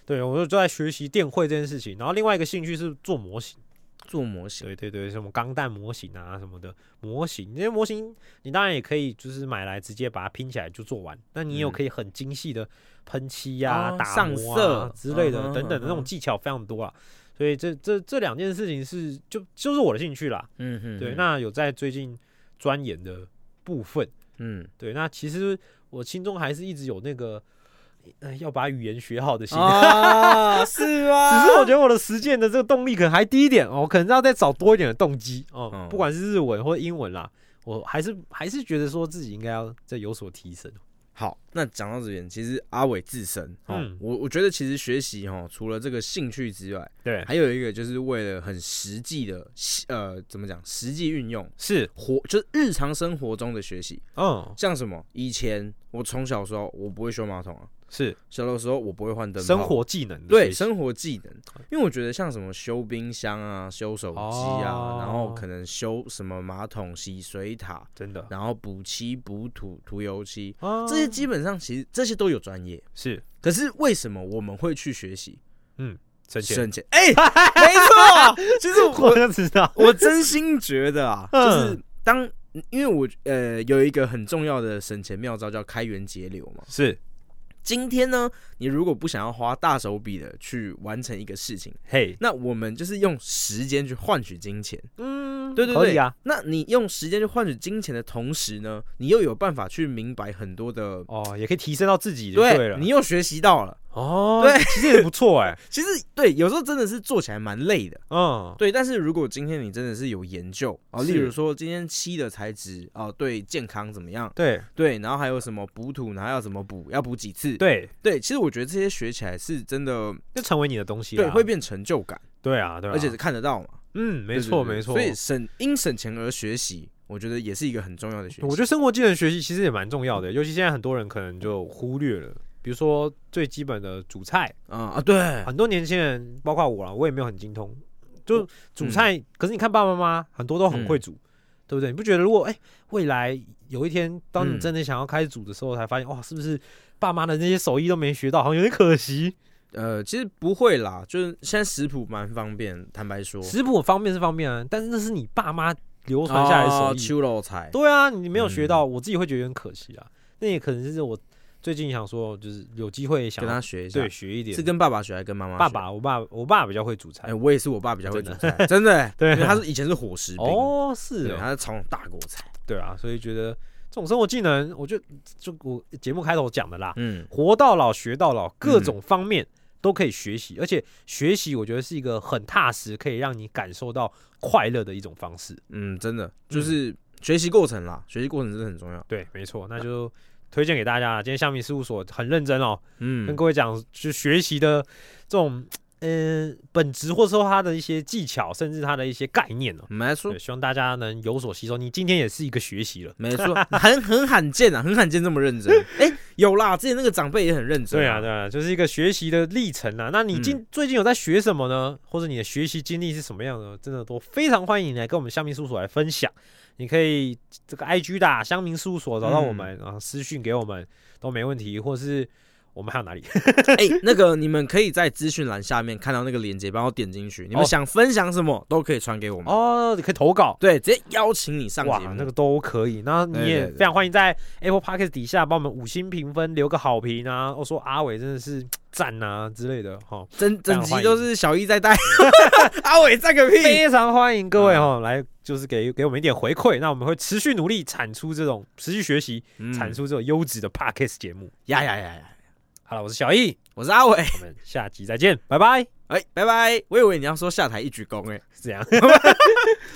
Speaker 1: 对，我就在学习电绘这件事情。然后另外一个兴趣是做模型。
Speaker 2: 做模型，
Speaker 1: 对对对，什么钢弹模型啊什么的模型，那些模型你当然也可以就是买来直接把它拼起来就做完，那你也有可以很精细的喷漆啊、打磨啊之类的等等的那种技巧非常多啊。所以这两件事情是就是我的兴趣啦。对，那有在最近钻研的部分，对，那其实我心中还是一直有那个。要把语言学好的心
Speaker 2: 是吗？
Speaker 1: 只是我觉得我的实践的这个动力可能还低一点哦，我可能要再找多一点的动机哦。不管是日文或英文啦，我还是觉得说自己应该要再有所提升。
Speaker 2: 好，那讲到这边，其实阿伟自身，我觉得其实学习除了这个兴趣之外，
Speaker 1: 对，
Speaker 2: 还有一个就是为了很实际的，怎么讲？实际运用
Speaker 1: 是
Speaker 2: 就是日常生活中的学习。像什么？以前我从小的时候我不会修马桶啊。
Speaker 1: 是
Speaker 2: 小的时候我不会换灯泡，
Speaker 1: 生活技能
Speaker 2: 对生活技能，因为我觉得像什么修冰箱啊、修手机啊，然后可能修什么马桶、洗水塔，
Speaker 1: 真的，
Speaker 2: 然后补漆、补土、涂油漆，这些基本上其实这些都有专业，
Speaker 1: 是。
Speaker 2: 可是为什么我们会去学习？
Speaker 1: 省钱，
Speaker 2: 没错。其实
Speaker 1: 我就知道，
Speaker 2: 我真心觉得啊，就是因为我有一个很重要的省钱妙招叫开源节流嘛，
Speaker 1: 是。
Speaker 2: 今天呢，你如果不想要花大手笔的去完成一个事情，那我们就是用时间去换取金钱。对对对，
Speaker 1: 可以啊。
Speaker 2: 那你用时间去换取金钱的同时呢，你又有办法去明白很多的
Speaker 1: 也可以提升到自己就对了。
Speaker 2: 你又学习到了。
Speaker 1: 对，其实也不错
Speaker 2: 其实对，有时候真的是做起来蛮累的。对，但是如果今天你真的是有研究例如说今天漆的材质对健康怎么样？对，然后还有什么补土，然后要怎么补，要补几次？对，其实我觉得这些学起来是真的，
Speaker 1: 就成为你的东西了。
Speaker 2: 对，会变成就感。对啊，而且是看得到嘛。
Speaker 1: 没错没错。
Speaker 2: 所以因省钱而学习，我觉得也是一个很重要的学习。
Speaker 1: 我觉得生活技能学习其实也蛮重要的，尤其现在很多人可能就忽略了。比如说最基本的煮菜
Speaker 2: 对，
Speaker 1: 很多年轻人，包括我啦，我也没有很精通，就煮菜。可是你看爸爸妈妈很多都很会煮，对不对？你不觉得如果未来有一天，当你真的想要开始煮的时候，才发现哇，是不是爸妈的那些手艺都没学到，好像有点可惜？
Speaker 2: 其实不会啦，就是现在食谱蛮方便，坦白说，
Speaker 1: 食谱方便是方便啊，但是那是你爸妈流传下来的手艺，
Speaker 2: 秋肉菜。
Speaker 1: 对啊，你没有学到，我自己会觉得很可惜啊。那也可能是我最近想说，就是有机会想
Speaker 2: 跟他学一下，
Speaker 1: 对，学一点。
Speaker 2: 是跟爸爸学还是跟妈妈学？
Speaker 1: 爸爸，我爸比较会煮菜。
Speaker 2: 我也是，我爸比较会煮菜，真的。对，因为他以前是伙食兵。
Speaker 1: 是，
Speaker 2: 他是炒大锅菜。
Speaker 1: 对啊，所以觉得这种生活技能，我就我节目开头讲的啦，活到老学到老，各种方面都可以学习，而且学习我觉得是一个很踏实，可以让你感受到快乐的一种方式。
Speaker 2: 真的就是学习过程啦，学习过程真的很重要。
Speaker 1: 对，没错，那就推荐给大家了。今天香米事务所很认真跟各位讲，就学习的这种本质，或者说它的一些技巧，甚至它的一些概念
Speaker 2: 没错，
Speaker 1: 希望大家能有所吸收。你今天也是一个学习了，
Speaker 2: 没错，很罕见啊，很罕见这么认真。有啦，之前那个长辈也很认真。
Speaker 1: 对啊，就是一个学习的历程啊。那你最近有在学什么呢？或者你的学习经历是什么样的？真的都非常欢迎你来跟我们香民事务所来分享。你可以这个 IG 打香民事务所找到我们，然后私讯给我们都没问题，或是我们还有哪里？
Speaker 2: 那个你们可以在资讯栏下面看到那个链接，帮我点进去。你们想分享什么都可以传给我们。
Speaker 1: 你可以投稿，
Speaker 2: 对，直接邀请你上节目，
Speaker 1: 那个都可以。然后你也非常欢迎在 Apple Podcast 底下帮我们5星评分，留个好评啊，说阿伟真的是赞啊之类的
Speaker 2: 整集都是小易在带，阿伟赞个屁！
Speaker 1: 非常欢迎各位来，就是给我们一点回馈，那我们会持续努力产出这种持续学习，产出这种优质的 Podcast 节目。
Speaker 2: 呀！
Speaker 1: 好了，我是小易，
Speaker 2: 我是阿伟，
Speaker 1: 我们下集再见，拜拜。
Speaker 2: 拜拜。我以为你要说下台一鞠躬，
Speaker 1: 是这样。